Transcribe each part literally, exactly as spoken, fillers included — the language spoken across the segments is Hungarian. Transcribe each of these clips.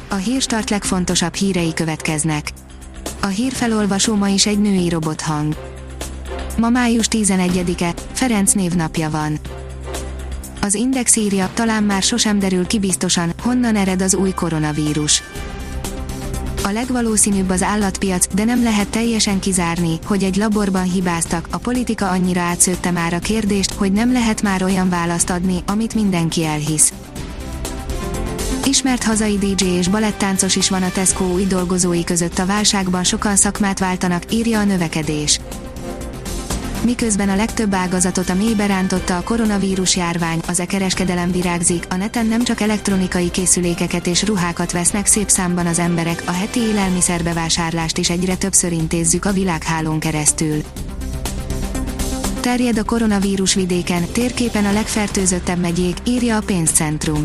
A Hírstart legfontosabb hírei következnek. A hírfelolvasó ma is egy női robothang. Ma május tizenegyedike, Ferenc névnapja van. Az Index írja, talán már sosem derül ki biztosan, honnan ered az új koronavírus. A legvalószínűbb az állatpiac, de nem lehet teljesen kizárni, hogy egy laborban hibáztak. A politika annyira átszőtte már a kérdést, hogy nem lehet már olyan választ adni, amit mindenki elhisz. Ismert hazai dé dzsé és balettáncos is van a Tesco új dolgozói között. A válságban sokan szakmát váltanak, írja a Növekedés. Miközben a legtöbb ágazatot a mélybe rántotta a koronavírus járvány, az e-kereskedelem virágzik, a neten nem csak elektronikai készülékeket és ruhákat vesznek szép számban az emberek, a heti élelmiszerbevásárlást is egyre többször intézzük a világhálón keresztül. Terjed a koronavírus vidéken, térképen a legfertőzöttebb megyék, írja a Pénzcentrum.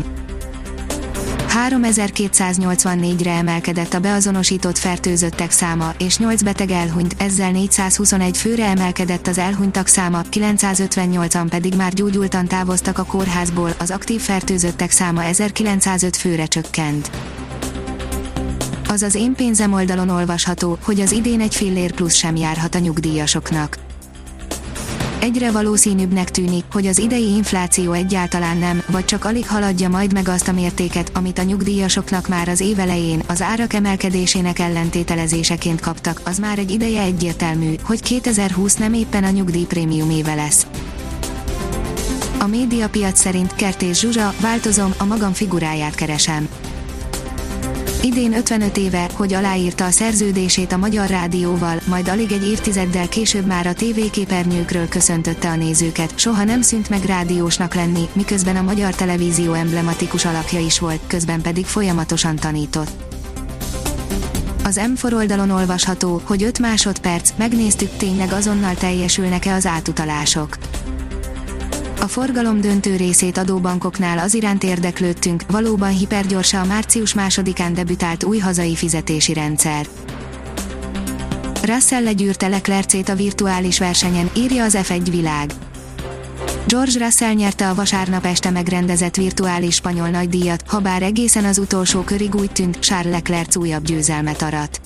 háromezer-kétszáznyolcvannégyre emelkedett a beazonosított fertőzöttek száma, és nyolc beteg elhunyt, ezzel négyszázhuszonegy főre emelkedett az elhunytak száma, kilencszázötvennyolcan pedig már gyógyultan távoztak a kórházból, az aktív fertőzöttek száma ezerkilencszázöt főre csökkent. Az az Én pénzem oldalon olvasható, hogy az idén egy fillér plusz sem járhat a nyugdíjasoknak. Egyre valószínűbbnek tűnik, hogy az idei infláció egyáltalán nem, vagy csak alig haladja majd meg azt a mértéket, amit a nyugdíjasoknak már az év elején, az árak emelkedésének ellentételezéseként kaptak. Az már egy ideje egyértelmű, hogy kétezer-húsz nem éppen a nyugdíjprémium éve lesz. A Médiapiac szerint Kertész Zsuzsa, változom, a magam figuráját keresem. Idén ötvenöt éve, hogy aláírta a szerződését a Magyar Rádióval, majd alig egy évtizeddel később már a tévéképernyőkről köszöntötte a nézőket. Soha nem szűnt meg rádiósnak lenni, miközben a magyar televízió emblematikus alakja is volt, közben pedig folyamatosan tanított. Az M négy oldalon olvasható, hogy öt másodperc, megnéztük, tényleg azonnal teljesülnek-e az átutalások. A forgalom döntő részét adó bankoknál az iránt érdeklődtünk, valóban hipergyors a március másodikán debütált új hazai fizetési rendszer. Russell legyűrte Leclercét a virtuális versenyen, írja az ef egy világ. George Russell nyerte a vasárnap este megrendezett virtuális spanyol nagydíjat, habár egészen az utolsó körig úgy tűnt, Charles Leclerc újabb győzelmet arat.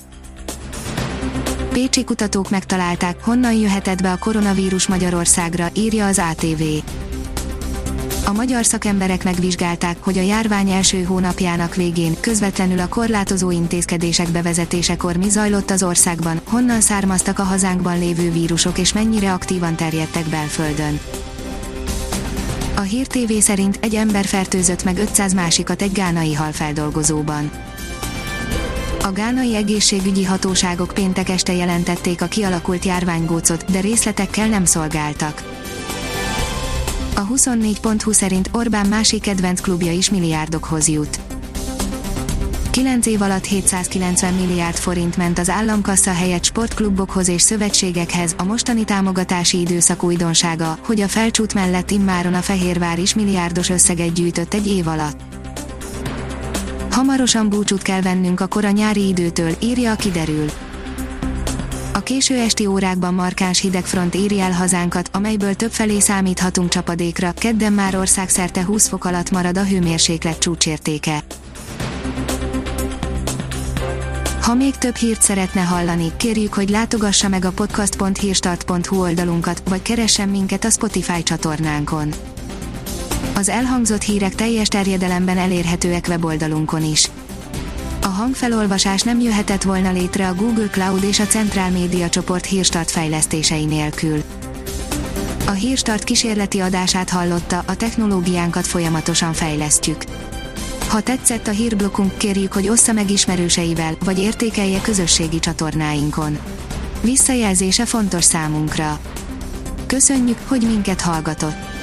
Pécsi kutatók megtalálták, honnan jöhetett be a koronavírus Magyarországra, írja az á té vé. A magyar szakemberek megvizsgálták, hogy a járvány első hónapjának végén, közvetlenül a korlátozó intézkedések bevezetésekor mi zajlott az országban, honnan származtak a hazánkban lévő vírusok és mennyire aktívan terjedtek belföldön. A Hír té vé szerint egy ember fertőzött meg ötszáz másikat egy gánai halfeldolgozóban. A gánai egészségügyi hatóságok péntek este jelentették a kialakult járványgócot, de részletekkel nem szolgáltak. A huszonnégy pont hu szerint Orbán másik kedvenc klubja is milliárdokhoz jut. kilenc év alatt hétszázkilencven milliárd forint ment az államkassa helyett sportklubokhoz és szövetségekhez. A mostani támogatási időszak újdonsága, hogy a felcsút mellett immáron a Fehérvár is milliárdos összeget gyűjtött egy év alatt. Hamarosan búcsút kell vennünk a kora nyári időtől, írja a Kiderül. A késő esti órákban markáns hidegfront éri el hazánkat, amelyből többfelé számíthatunk csapadékra, kedden már országszerte húsz fok alatt marad a hőmérséklet csúcsértéke. Ha még több hírt szeretne hallani, kérjük, hogy látogassa meg a podcast pont hírstart pont hu oldalunkat, vagy keressen minket a Spotify csatornánkon. Az elhangzott hírek teljes terjedelemben elérhetőek weboldalunkon is. A hangfelolvasás nem jöhetett volna létre a Google Cloud és a Centrál Média csoport Hírstart fejlesztései nélkül. A Hírstart kísérleti adását hallotta, a technológiánkat folyamatosan fejlesztjük. Ha tetszett a hírblokkunk, kérjük, hogy ossza meg ismerőseivel, vagy értékelje közösségi csatornáinkon. Visszajelzése fontos számunkra. Köszönjük, hogy minket hallgatott!